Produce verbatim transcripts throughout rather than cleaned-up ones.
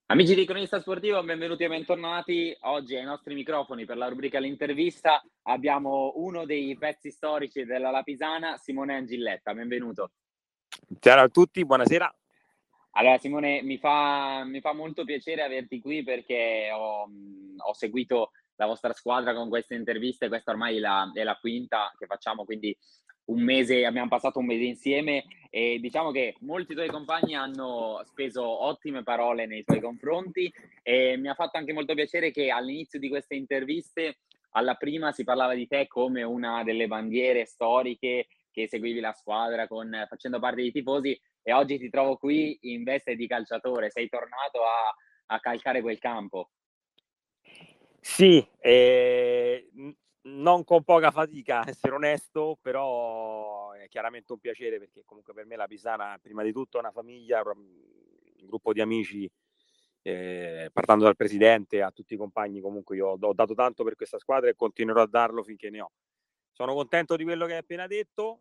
Amici di Cronista Sportivo, benvenuti e bentornati. Oggi ai nostri microfoni per la rubrica L'intervista abbiamo uno dei pezzi storici della Lapisana, Simone Angilletta. Benvenuto. Ciao a tutti, buonasera. Allora Simone, mi fa mi fa molto piacere averti qui perché ho mhmm, ho seguito la vostra squadra con queste interviste, questa ormai la è la quinta che facciamo, quindi un mese abbiamo passato un mese insieme e diciamo che molti tuoi compagni hanno speso ottime parole nei tuoi confronti e mi ha fatto anche molto piacere che all'inizio di queste interviste, alla prima si parlava di te come una delle bandiere storiche, che seguivi la squadra con facendo parte dei tifosi e oggi ti trovo qui in veste di calciatore, sei tornato a a calcare quel campo. Sì, ehm, n non con poca fatica, a essere onesto, però è chiaramente un piacere perché comunque per me la Pisana prima di tutto è una famiglia, ora mhmm, un gruppo di amici, ehm, partendo dal presidente a tutti i compagni, comunque io ho ho dato tanto per questa squadra e continuerò a darlo finché ne ho. Sono contento di quello che hai appena detto,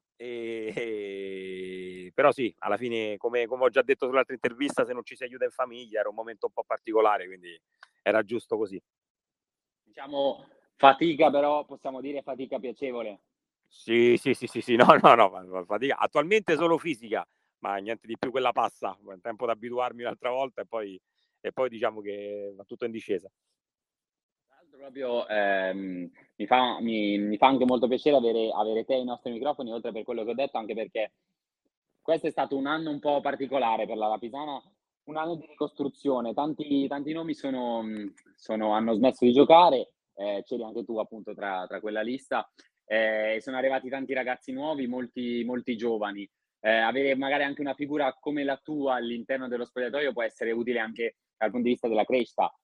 ehm, però sì, alla fine come come ho già detto sull'altra intervista, se non ci si aiuta in famiglia era un momento un po' particolare, quindi era giusto così. Diciamo fatica, però possiamo dire fatica piacevole. Sì, sì, sì, sì, sì, no, no, no, fa fa fatica attualmente solo fisica, ma niente di più, quella passa. Ho tempo da abituarmi un'altra volta e poi e poi diciamo che va tutto in discesa. Tra l'altro proprio, ehm, mi fa mi mi fa anche molto piacere avere avere te ai nostri microfoni, oltre per quello che ho detto, anche perché questo è stato un anno un po' particolare per la Lapisana, un anno di ricostruzione. Tanti tanti nomi sono mhmm, sono hanno smesso di giocare, ehm, c'eri anche tu appunto tra tra quella lista, ehm, e sono arrivati tanti ragazzi nuovi, molti molti giovani. Ehm, avere magari anche una figura come la tua all'interno dello spogliatoio può essere utile anche dal punto di vista della crescita.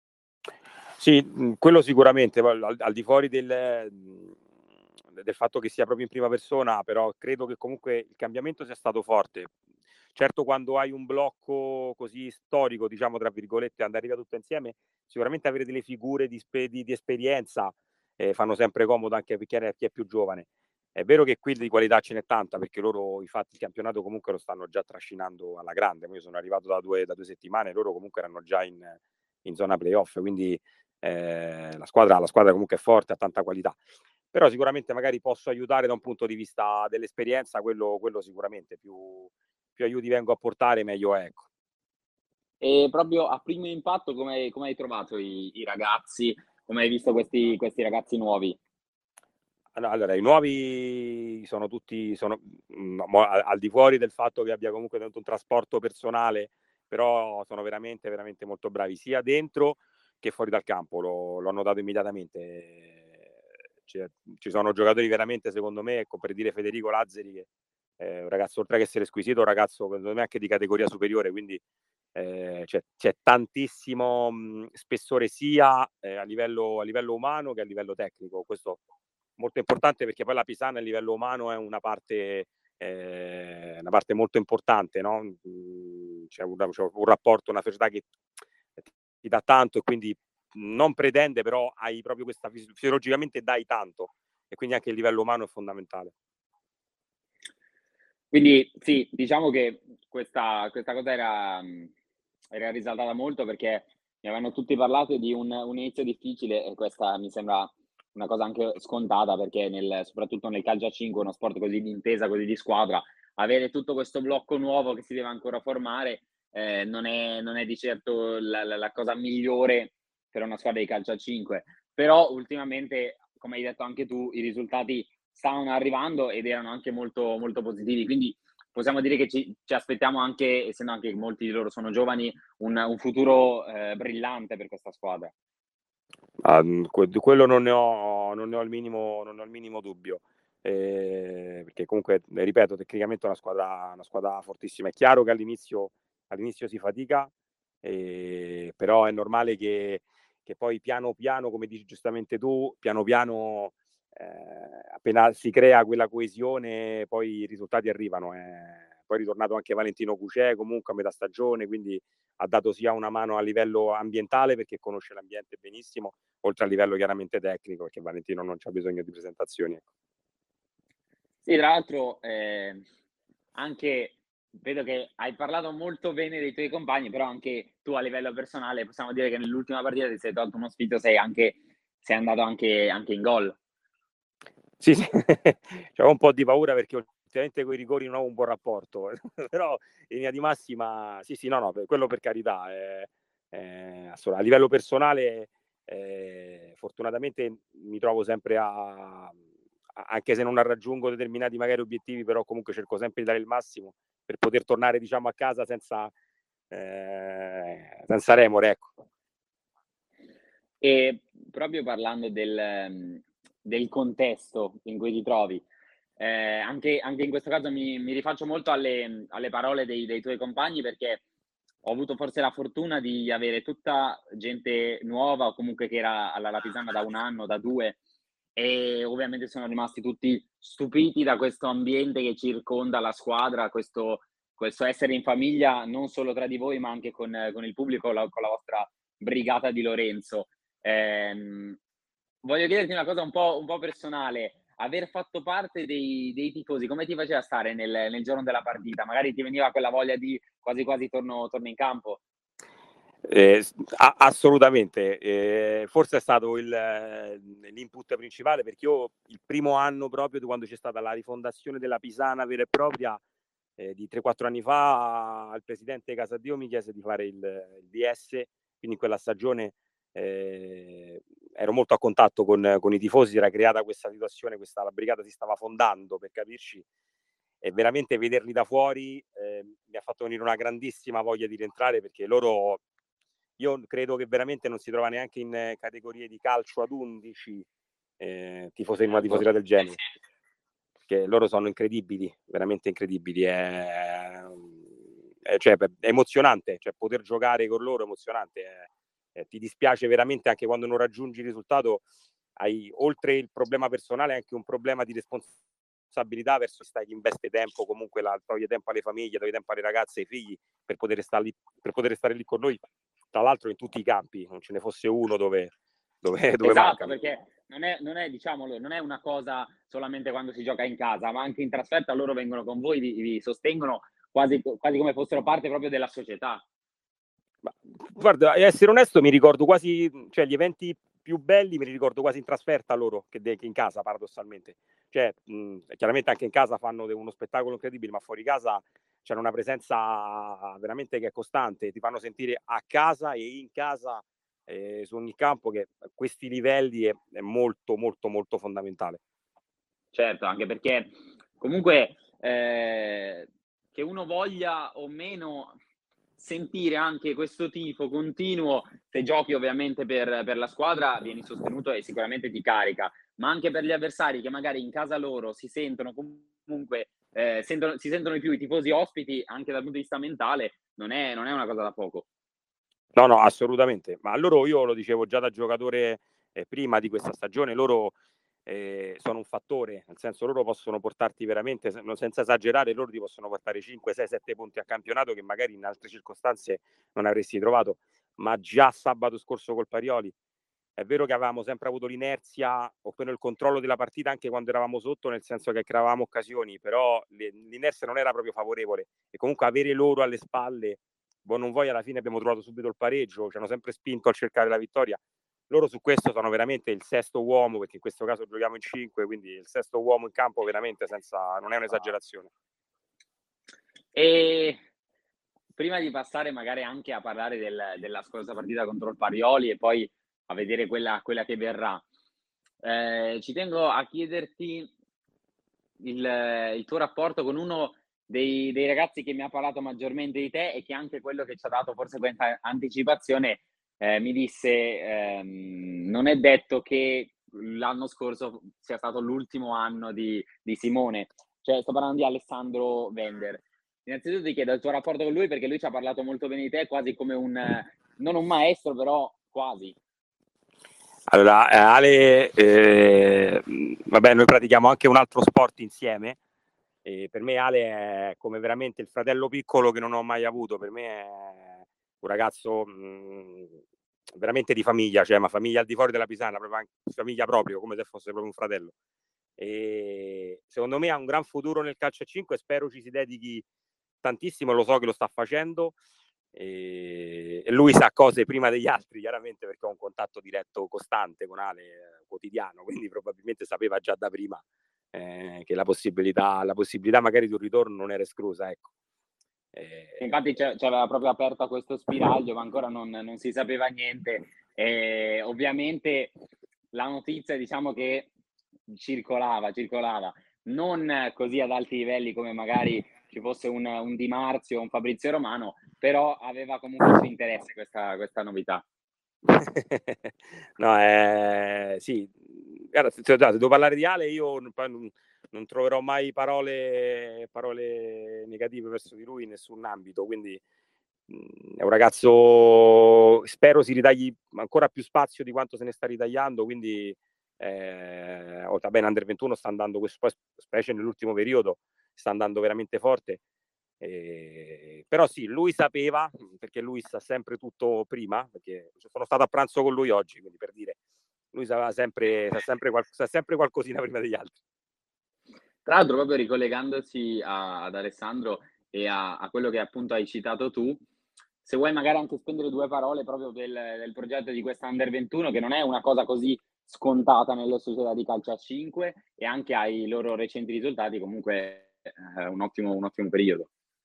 Sì, mhmm, quello sicuramente, poi al al di fuori del mhmm, del fatto che sia proprio in prima persona, però credo che comunque il cambiamento sia stato forte. Certo quando hai un blocco così "storico", diciamo tra virgolette, andare via tutto insieme, sicuramente avere delle figure di spe di di esperienza, ehm, fanno sempre comodo anche per chi è chi è più giovane. È vero che qui di qualità ce n'è tanta, perché loro infatti il campionato comunque lo stanno già trascinando alla grande. Io sono arrivato da due da due settimane, loro comunque erano già in in zona playoff, quindi ehm, la squadra la squadra comunque è forte, ha tanta qualità. Però sicuramente magari posso aiutare da un punto di vista dell'esperienza, quello quello sicuramente, più più aiuti vengo a portare meglio è, ecco. E proprio a primo impatto come hai come hai trovato i i ragazzi? Come hai visto questi questi ragazzi nuovi? Allo allora i nuovi sono tutti sono mhmm, mo al al di fuori del fatto che abbia comunque tanto un trasporto personale, però sono veramente, veramente molto bravi, sia dentro che fuori dal campo, l'ho l'ho notato immediatamente. Cioè, ci sono giocatori veramente secondo me, ecco, per dire Federico Lazzari che è un ragazzo oltre che essere squisito, un ragazzo secondo me anche di categoria superiore, quindi, ehm, c'è c'è tantissimo, mhmm, spessore sia, ehm, a livello a livello umano che a livello tecnico. Questo molto importante perché poi la Pisana a livello umano è una parte ehm, una parte molto importante, no, mhmm, c'è un c'è un rapporto, una società che ti dà tanto e quindi non pretende, però hai proprio questa fisi fisiologicamente dai tanto e quindi anche il livello umano è fondamentale. Quindi sì, diciamo che questa questa cosa era mhmm, era risaltata molto perché mi avevano tutti parlato di un un inizio difficile e questa mi sembra una cosa anche scontata perché nel soprattutto nel calcio a cinque, uno sport così di intesa, così di squadra, avere tutto questo blocco nuovo che si deve ancora formare, ehm, non è non è di certo la la la cosa migliore per una squadra di calcio a cinque. Però ultimamente, come hai detto anche tu, i risultati stavano arrivando ed erano anche molto molto positivi. Quindi possiamo dire che ci ci aspettiamo anche, essendo anche che molti di loro sono giovani, un un futuro, ehm, brillante per questa squadra. Ah, mhmm, que di quello non ne ho non ne ho il minimo non ne ho il minimo dubbio. Ehm, perché comunque, ripeto, tecnicamente è una squadra una squadra fortissima. È chiaro che all'inizio all'inizio si fatica, ehm, però è normale che che poi piano piano, come dici giustamente tu, piano piano, ehm, appena si crea quella coesione poi i risultati arrivano. Ehm, poi è ritornato anche Valentino Cucè comunque a metà stagione, quindi ha dato sia una mano a livello ambientale, perché conosce l'ambiente benissimo, oltre a livello chiaramente tecnico, perché Valentino non c'ha bisogno di presentazioni, ecco. Sì, tra l'altro, ehm, anche vedo che hai parlato molto bene dei tuoi compagni, però anche tu a livello personale possiamo dire che nell'ultima partita ti sei tolto uno spizio, sei anche sei andato anche anche in gol. Sì, sì, c'avevo un po' di paura perché ultimamente coi rigori non ho un buon rapporto, però in linea di massima sì, sì, no, no, per quello per carità, ehm, ehm, assolut a livello personale, ehm, fortunatamente mi trovo sempre a a anche se non raggiungo determinati magari obiettivi, però comunque cerco sempre di dare il massimo per poter tornare, diciamo, a casa senza ehm, senza remore, ecco. E proprio parlando del mhmm, del contesto in cui ti trovi, ehm, anche anche in questo caso mi mi rifaccio molto alle mhmm, alle parole dei dei tuoi compagni, perché ho avuto forse la fortuna di avere tutta gente nuova o comunque che era alla Lapisana da un anno, da due, e ovviamente sono rimasti tutti stupiti da questo ambiente che circonda la squadra, questo questo essere in famiglia non solo tra di voi, ma anche con con il pubblico, la con la vostra brigata di Lorenzo. Ehm, Voglio chiederti una cosa un po' un po' personale: aver fatto parte dei dei tifosi, come ti faceva stare nel nel giorno della partita? Magari ti veniva quella voglia di quasi quasi torno torno in campo? Ehm, s a assolutamente. Ehm, forse è stato il l'input principale, perché io il primo anno proprio di quando c'è stata la rifondazione della Pisana vera e propria, ehm, di tre, quattro anni fa, il presidente Casadio mi chiese di fare il il D S, quindi in quella stagione, ehm, ero molto a contatto con con i tifosi, si era creata questa situazione, questa la brigata si stava fondando, per capirci, e veramente vederli da fuori, ehm, mi ha fatto venire una grandissima voglia di rientrare, perché loro io credo che veramente non si trova neanche in eh, categorie di calcio ad undici, ehm, tifoseria una Certo, tifoseria del sì, genere, sì. che loro sono incredibili, veramente incredibili. È mhmm, è cioè p è emozionante, cioè poter giocare con loro è emozionante, è e ti dispiace veramente anche quando non raggiungi il risultato, hai oltre il problema personale anche un problema di responsabilità verso stai chi investe tempo, comunque la toglie tempo alle famiglie, toglie tempo alle ragazze, ai figli per poter sta lì per poter stare lì con noi, tra l'altro in tutti i campi, non ce ne fosse uno dove dove dove Esatto, mancano. perché non è non è diciamolo, non è una cosa solamente quando si gioca in casa, ma anche in trasferta loro vengono con voi, vi vi sostengono quasi co quasi come fossero parte proprio della società. Ma guarda, a essere onesto mi ricordo quasi cioè gli eventi più belli me li ricordo quasi in trasferta loro che de che in casa paradossalmente. Cioè, mhmm, chiaramente anche in casa fanno de uno spettacolo incredibile, ma fuori casa c'hanno una presenza veramente che è costante, ti fanno sentire a casa e in casa, ehm, su ogni campo, che a questi livelli è è molto, molto, molto fondamentale. Certo, anche perché comunque, ehm, che uno voglia o meno sentire anche questo tifo continuo, se giochi ovviamente per per la squadra vieni sostenuto e sicuramente ti carica, ma anche per gli avversari che magari in casa loro si sentono comunque ehm, sentono si sentono di più i tifosi ospiti, anche dal punto di vista mentale, non è non è una cosa da poco. No, no, assolutamente. Ma loro io lo dicevo già da giocatore, ehm, prima di questa stagione, loro, ehm, sono un fattore, nel senso loro possono portarti veramente, se no senza esagerare, loro ti possono portare cinque, sei, sette punti a campionato che magari in altre circostanze non avresti trovato. Ma già sabato scorso col Parioli, è vero che avevamo sempre avuto l'inerzia o quello il controllo della partita anche quando eravamo sotto, nel senso che creavamo occasioni, però le l'inerzia non era proprio favorevole e comunque avere loro alle spalle, vuoi non vuoi, alla fine abbiamo trovato subito il pareggio, ci hanno sempre spinto a cercare la vittoria. Loro su questo sono veramente il sesto uomo, perché in questo caso giochiamo in cinque, quindi il sesto uomo in campo veramente senza non è un'esagerazione. E prima di passare magari anche a parlare del della scorsa partita contro il Parioli e poi a vedere quella quella che verrà, ehm, ci tengo a chiederti il il tuo rapporto con uno dei dei ragazzi che mi ha parlato maggiormente di te e che è anche quello che ci ha dato forse questa anticipazione, ehm, mi disse, ehm: "Non è detto che l'anno scorso sia stato l'ultimo anno di di Simone." Cioè sto parlando di Alessandro Wender. Innanzitutto ti chiedo il tuo rapporto con lui, perché lui ci ha parlato molto bene di te, quasi come un non un maestro, però quasi. Allora, eh, Ale, eh, vabbè, noi pratichiamo anche un altro sport insieme. E per me Ale è come veramente il fratello piccolo che non ho mai avuto. Per me è un ragazzo mh, veramente di famiglia, cioè ma famiglia al di fuori della Pisana, proprio anche, famiglia proprio, come se fosse proprio un fratello. E secondo me ha un gran futuro nel calcio a cinque, spero ci si dedichi tantissimo, lo so che lo sta facendo, e, e lui sa cose prima degli altri, chiaramente, perché ho un contatto diretto costante con Ale, eh, quotidiano, quindi probabilmente sapeva già da prima eh, che la possibilità, la possibilità magari di un ritorno non era esclusa, ecco. Eh... Infatti ci aveva proprio aperto a questo spiraglio, ma ancora non, non si sapeva niente. E ovviamente la notizia, diciamo che circolava, circolava, non così ad alti livelli come magari ci fosse un, un Di Marzio o un Fabrizio Romano, però aveva comunque il suo interesse questa, questa novità. No, eh, sì, guarda, se, se devo parlare di Ale, io non, non troverò mai parole, parole negative verso di lui in nessun ambito, quindi mh, è un ragazzo, spero si ritagli ancora più spazio di quanto se ne sta ritagliando, quindi eh, oh, bene, Under ventuno sta andando, questo, specie nell'ultimo periodo, sta andando veramente forte. Eh, però sì, lui sapeva, perché lui sa sempre tutto prima, perché sono stato a pranzo con lui oggi, quindi per dire, lui sapeva sempre, sa sempre, qual- sa sempre qualcosina prima degli altri. Tra l'altro, proprio ricollegandosi a, ad Alessandro e a, a quello che appunto hai citato tu, se vuoi magari anche spendere due parole proprio del, del progetto di questa Under ventuno, che non è una cosa così scontata nelle società di calcio a cinque, e anche ai loro recenti risultati, comunque eh, un, ottimo, un ottimo periodo.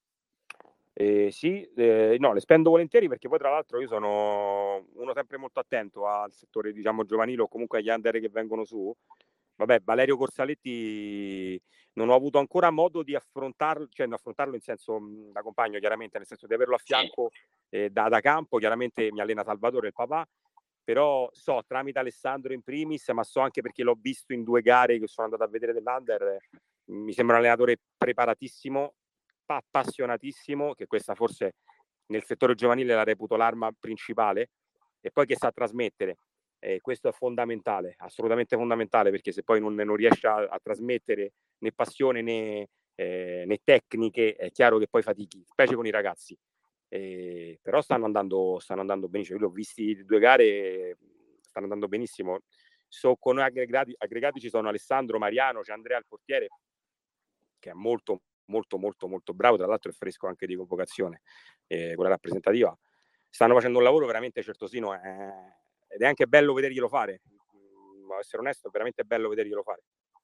Eh, sì, eh, no, le spendo volentieri, perché poi tra l'altro io sono uno sempre molto attento al settore, diciamo, giovanile, o comunque agli under che vengono su. Vabbè, Valerio Corsaletti non ho avuto ancora modo di affrontarlo, cioè affrontarlo in senso mh, da compagno, chiaramente, nel senso di averlo a fianco eh, da, da campo. Chiaramente mi allena Salvatore, il papà, però so tramite Alessandro in primis, ma so anche perché l'ho visto in due gare che sono andato a vedere dell'Under, mi sembra un allenatore preparatissimo, appassionatissimo, che questa forse nel settore giovanile la reputo l'arma principale, e poi che sa trasmettere. Eh, questo è fondamentale, assolutamente fondamentale, perché se poi non, non riesce a, a trasmettere né passione né, eh, né tecniche, è chiaro che poi fatichi, specie con i ragazzi. Eh, però stanno andando, stanno andando benissimo. Io li ho visti due gare, stanno andando benissimo. So, con aggregati, aggregati ci sono Alessandro, Mariano, c'è Andrea il portiere, che è molto molto molto molto bravo, tra l'altro è fresco anche di convocazione, eh, quella rappresentativa. Stanno facendo un lavoro veramente certosino, eh, ed è anche bello vederglielo fare, ma essere onesto è veramente bello vederglielo fare.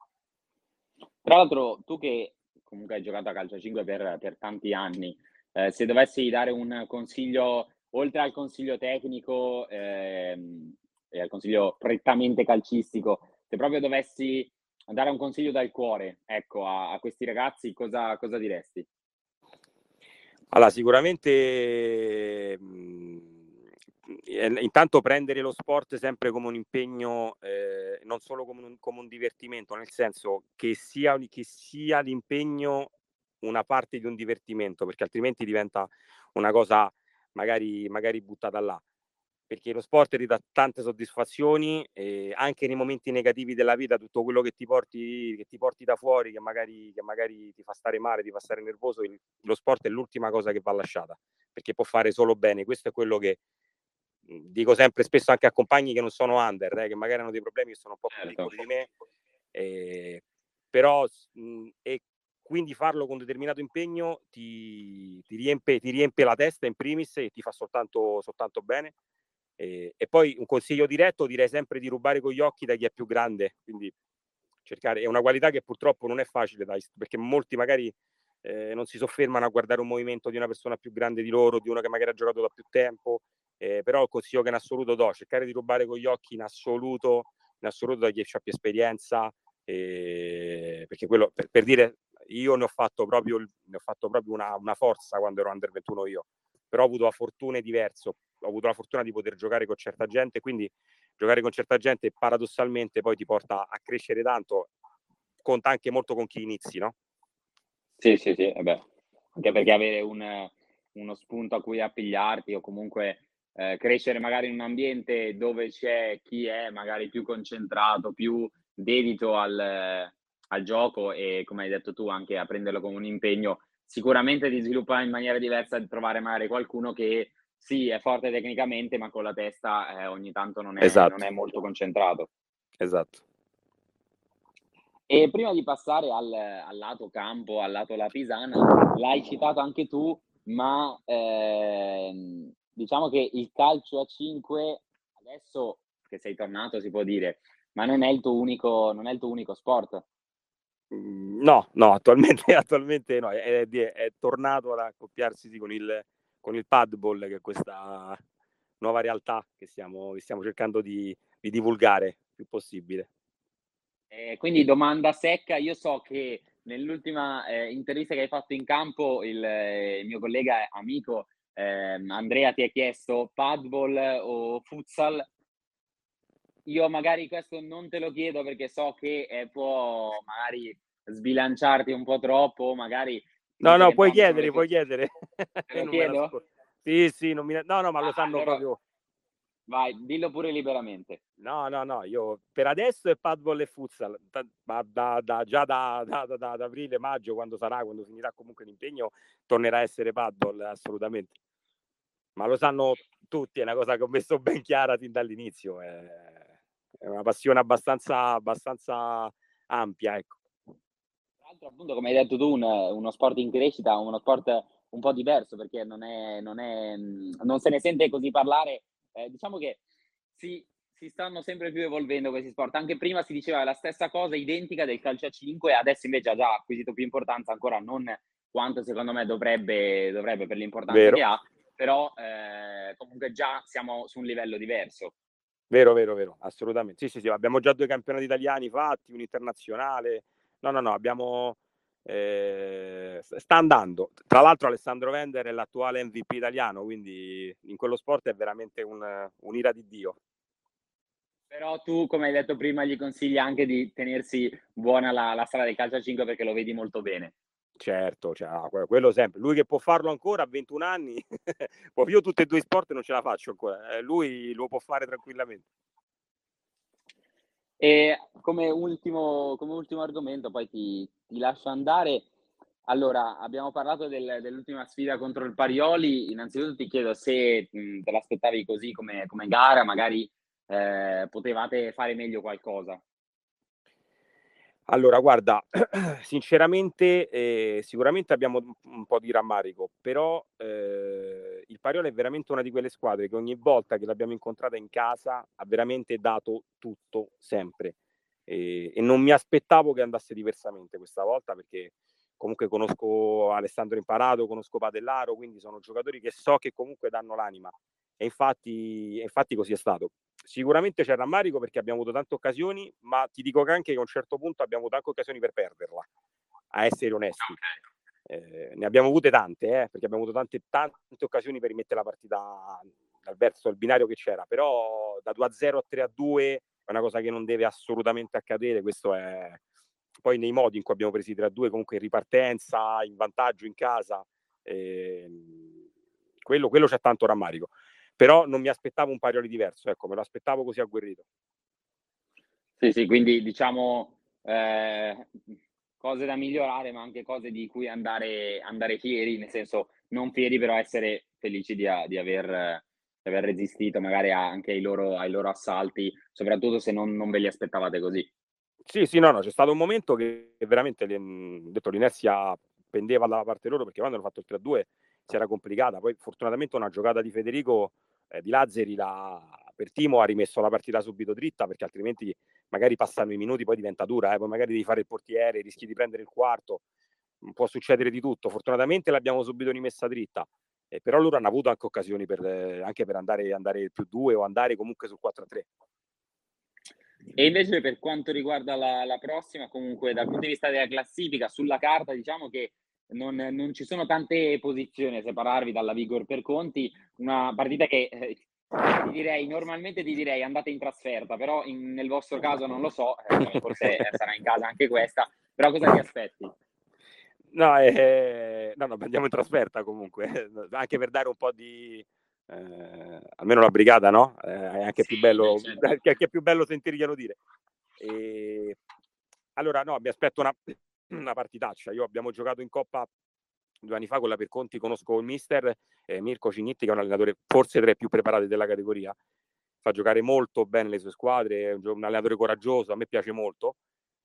Tra l'altro, tu che comunque hai giocato a calcio a cinque per, per tanti anni, eh, se dovessi dare un consiglio, oltre al consiglio tecnico ehm, e al consiglio prettamente calcistico, se proprio dovessi dare un consiglio dal cuore, ecco, a, a questi ragazzi, cosa, cosa diresti? Allora, sicuramente mh, intanto prendere lo sport sempre come un impegno, eh, non solo come un, come un divertimento, nel senso che sia, che sia l'impegno una parte di un divertimento, perché altrimenti diventa una cosa magari, magari buttata là. Perché lo sport ti dà tante soddisfazioni, e anche nei momenti negativi della vita, tutto quello che ti porti, che ti porti da fuori, che magari, che magari ti fa stare male, ti fa stare nervoso, il, lo sport è l'ultima cosa che va lasciata, perché può fare solo bene. Questo è quello che dico sempre, spesso anche a compagni che non sono under, eh, che magari hanno dei problemi, che sono un po' più Certo. piccoli di me, eh, però mh, e quindi farlo con determinato impegno ti, ti, riempie, ti riempie la testa in primis, e ti fa soltanto, soltanto bene. E, e poi un consiglio diretto, direi sempre di rubare con gli occhi da chi è più grande, quindi cercare, è una qualità che purtroppo non è facile, dai, perché molti magari eh, non si soffermano a guardare un movimento di una persona più grande di loro, di uno che magari ha giocato da più tempo, eh, però il consiglio che in assoluto do, cercare di rubare con gli occhi in assoluto, in assoluto da chi ha più esperienza, eh, perché quello, per, per dire, io ne ho fatto proprio, ne ho fatto proprio una, una forza quando ero under ventuno io, però ho avuto la fortuna diversa, ho avuto la fortuna di poter giocare con certa gente, quindi giocare con certa gente paradossalmente poi ti porta a crescere tanto, conta anche molto con chi inizi, no? Sì, sì, sì, eh beh, anche perché avere un, uno spunto a cui appigliarti, o comunque eh, crescere magari in un ambiente dove c'è chi è magari più concentrato, più dedito al, al gioco, e come hai detto tu anche a prenderlo come un impegno, sicuramente ti sviluppa in maniera diversa di trovare magari qualcuno che sì, è forte tecnicamente, ma con la testa eh, ogni tanto non è, non Esatto, è molto concentrato. esatto. E prima di passare al al lato campo, al lato La Pisana, l'hai citato anche tu, ma, ehm, diciamo che il calcio a cinque adesso che sei tornato si può dire, ma non è il tuo unico non è il tuo unico sport. Mhmm, no, no, attualmente attualmente no, è è di è tornato ad accoppiarsi, sì, con il con il padball, che è questa nuova realtà che stiamo che stiamo cercando di di divulgare più possibile. E quindi domanda secca, io so che nell'ultima, ehm, intervista che hai fatto in campo il il mio collega e amico, ehm, Andrea ti ha chiesto padball o futsal. Io magari questo non te lo chiedo perché so che, ehm, può magari sbilanciarti un po' troppo, magari si No, dice che no, puoi entrambe sono chiedere, le tue. puoi chiedere. Te Io lo non me chiedo? nasco sì, sì, non mi no, no, ma lo A sanno allora proprio. vai, dillo pure liberamente. No, no, no, io per adesso è padball e futsal, ta ma da da già da da da da da aprile, maggio, quando sarà, quando finirà comunque l'impegno, tornerà a essere padball, assolutamente. Ma lo sanno tutti, è una cosa che ho messo ben chiara sin dall'inizio, è è una passione abbastanza abbastanza ampia, ecco. Tra l'altro appunto come hai detto tu un uno sport in crescita, uno sport un po' diverso perché non è non è mhmm, non se ne sente così parlare. Ehm, diciamo che si si stanno sempre più evolvendo questi sport. Anche prima si diceva la stessa cosa identica del calcio a cinque, adesso invece ha già acquisito più importanza, ancora non quanto secondo me dovrebbe dovrebbe per l'importanza che Vero, ha, però, ehm, comunque già siamo su un livello diverso. vero, vero, vero, assolutamen sì, sì, sì, abbiamo già due campionati italiani fatti, un internazionale. No, no, no, abbiamo ehm, s sta andando. Tra l'altro Alessandro Vender è l'attuale M V P italiano, quindi in quello sport è veramente un un'ira di Dio. Però tu, come hai detto prima, gli consigli anche di tenersi buona la la strada del calcio a cinque perché lo vedi molto bene. Certo, cioè, ah, que quello sempre. Lui che può farlo ancora a ventuno anni, poi io tutti e due i sport non ce la faccio ancora, eh, lui lo può fare tranquillamente. E come ultimo come ultimo argomento, poi ti ti lascio andare. Allora, abbiamo parlato del dell'ultima sfida contro il Parioli. Innanzitutto ti chiedo se, mhmm, te l'aspettavi così come come gara, magari, ehm, potevate fare meglio qualcosa. Allora guarda, sinceramente, ehm, sicuramente abbiamo un un po' di rammarico, però, ehm, il Pariolo è veramente una di quelle squadre che ogni volta che l'abbiamo incontrata in casa ha veramente dato tutto, sempre. Ehm, e non mi aspettavo che andasse diversamente questa volta, perché comunque conosco Alessandro Imparato, conosco Padellaro, quindi sono giocatori che so che comunque danno l'anima. E infatti e infatti così è stato. Sicuramente c'è rammarico perché abbiamo avuto tante occasioni, ma ti dico che anche che a un certo punto abbiamo avuto anche occasioni per perderla, a essere onesti. Ehm, ne abbiamo avute tante, eh, perché abbiamo avuto tante tante occasioni per rimettere la partita dal verso il binario che c'era, però da due a zero a tre a due è una cosa che non deve assolutamente accadere. Questo è poi nei modi in cui abbiamo preso i tre a due, comunque in ripartenza, in vantaggio in casa, ehm, quello quello c'è tanto rammarico. Però non mi aspettavo un Parioli diverso, ecco, me lo aspettavo così agguerrito. Sì, sì, quindi diciamo, ehm, cose da migliorare, ma anche cose di cui andare andare fieri, nel senso, non fieri però essere felici di a di aver di aver resistito magari a anche ai loro ai loro assalti, soprattutto se non non ve li aspettavate così. Sì, sì, no, no, c'è stato un momento che veramente le mhmm, detto l'inerzia pendeva dalla parte loro, perché quando hanno fatto il tre a due si era complicata. Poi fortunatamente una giocata di Federico, ehm, di Lazzari l'ha per Timo ha rimesso la partita subito dritta, perché altrimenti magari passano i minuti, poi diventa dura, eh, poi magari devi fare il portiere, rischi di prendere il quarto, mhmm, può succedere di tutto. Fortunatamente l'abbiamo subito rimessa dritta, ehm, però loro hanno avuto anche occasioni per eh, anche per andare andare più due o andare comunque sul quattro a tre. E invece per quanto riguarda la la prossima, comunque dal punto di vista della classifica, sulla carta diciamo che non non ci sono tante posizioni a separarvi dalla Vigor per Conti, una partita che, eh, ti direi normalmente ti direi andate in trasferta, però in nel vostro caso non lo so, ehm, forse, ehm, sarà in casa anche questa, però cosa ti aspetti? No, ehm, no, no, andiamo in trasferta comunque, anche per dare un po' di ehm, almeno la brigata, no, ehm, è anche più Sì, beh, bello certo. che che è più bello sentirglielo dire. Ehm, allora no, mi aspetto una una partitaccia. Io abbiamo giocato in Coppa due anni fa con la Per Conti, conosco il mister, ehm, Mirko Cignitti, che è un allenatore forse tra i più preparati della categoria. Fa giocare molto bene le sue squadre, è un gio un allenatore coraggioso, a me piace molto.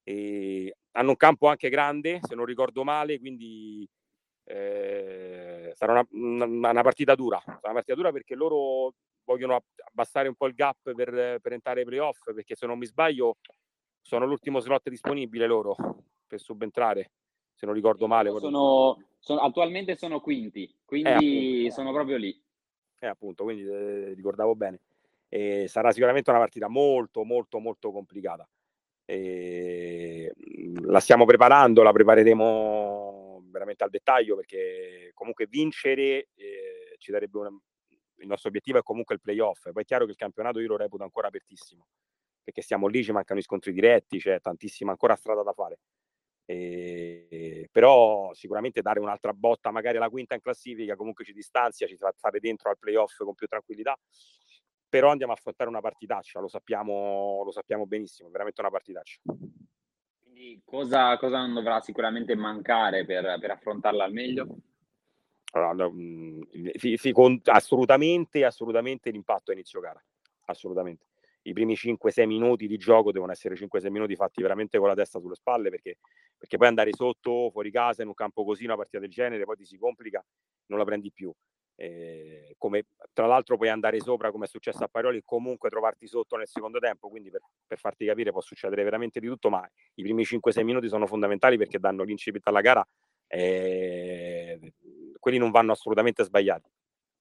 e hanno un campo anche grande, se non ricordo male, quindi eh, sarà una, una, una partita dura, sarà una partita dura perché loro vogliono abbassare un po' il gap per, per entrare ai playoff, perché se non mi sbaglio sono l'ultimo slot disponibile loro per subentrare, se non ricordo male. Sono, sono, attualmente sono quinti, quindi eh, appunto, sono proprio lì. Eh, appunto, quindi eh, ricordavo bene. E sarà sicuramente una partita molto, molto, molto complicata. E la stiamo preparando, la prepareremo veramente al dettaglio, perché comunque vincere eh, ci darebbe una... il nostro obiettivo è comunque il playoff. Poi è chiaro che il campionato io lo reputo ancora apertissimo, perché siamo lì, ci mancano gli scontri diretti, c'è tantissima ancora strada da fare. E, però sicuramente dare un'altra botta magari alla quinta in classifica comunque ci distanzia, ci fa fare dentro al playoff con più tranquillità, però andiamo a affrontare una partitaccia, lo sappiamo, lo sappiamo benissimo, veramente una partitaccia. Quindi cosa, cosa non dovrà sicuramente mancare per, per affrontarla al meglio? Allora, si, si, assolutamente, assolutamente l'impatto a inizio gara, assolutamente. I primi cinque sei minuti di gioco devono essere cinque sei minuti fatti veramente con la testa sulle spalle, perché, perché poi andare sotto, fuori casa, in un campo così, una partita del genere, poi ti si complica, non la prendi più. Eh, come, tra l'altro puoi andare sopra, come è successo a Parioli, e comunque trovarti sotto nel secondo tempo, quindi per, per farti capire può succedere veramente di tutto, ma i primi cinque sei minuti sono fondamentali perché danno l'incipit alla gara, eh, quelli non vanno assolutamente sbagliati.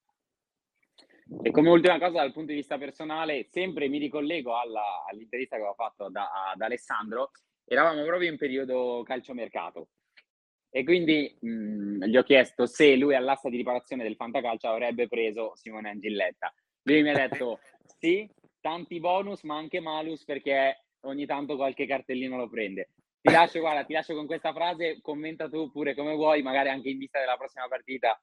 E come ultima cosa dal punto di vista personale, sempre mi ricollego alla, all'intervista che avevo fatto da, ad Alessandro, eravamo proprio in periodo calciomercato e quindi mh, gli ho chiesto se lui all'asta di riparazione del Fantacalcio avrebbe preso Simone Angilletta. Lui mi ha detto sì, tanti bonus ma anche malus perché ogni tanto qualche cartellino lo prende. Ti lascio, guarda, ti lascio con questa frase, commenta tu pure come vuoi, magari anche in vista della prossima partita.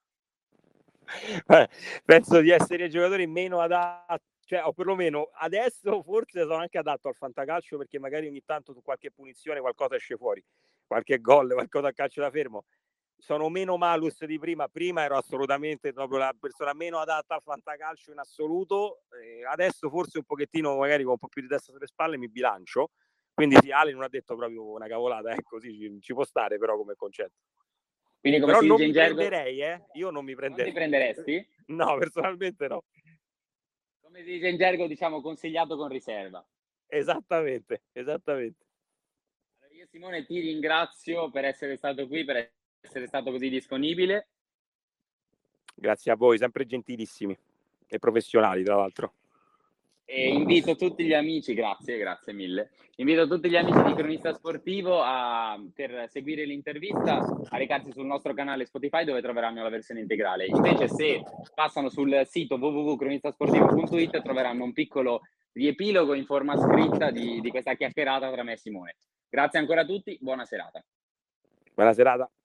Penso di essere il giocatore meno adatto, cioè, o perlomeno adesso forse sono anche adatto al fantacalcio, perché magari ogni tanto su qualche punizione qualcosa esce fuori, qualche gol, qualcosa a calcio da fermo. Sono meno malus di prima, prima ero assolutamente proprio la persona meno adatta al fantacalcio in assoluto, eh, adesso forse un pochettino, magari con un po' più di testa sulle spalle mi bilancio, quindi sì, Ale non ha detto proprio una cavolata, eh, così ci, ci può stare però come concetto. Quindi come però si non dice mi in gergo, prenderei, eh? Io non mi prenderei. Non ti prenderesti? No, personalmente no. Come si dice in gergo, diciamo consigliato con riserva. Esattamente, esattamente. Allora, io Simone ti ringrazio per essere stato qui, per essere stato così disponibile. Grazie a voi, sempre gentilissimi e professionali, tra l'altro. E invito tutti gli amici, grazie, grazie mille. Invito tutti gli amici di Cronista Sportivo a, per seguire l'intervista, a recarsi sul nostro canale Spotify dove troveranno la versione integrale. Invece se passano sul sito w w w punto cronistasportivo punto it troveranno un piccolo riepilogo in forma scritta di, di questa chiacchierata tra me e Simone. Grazie ancora a tutti, buona serata. Buona serata.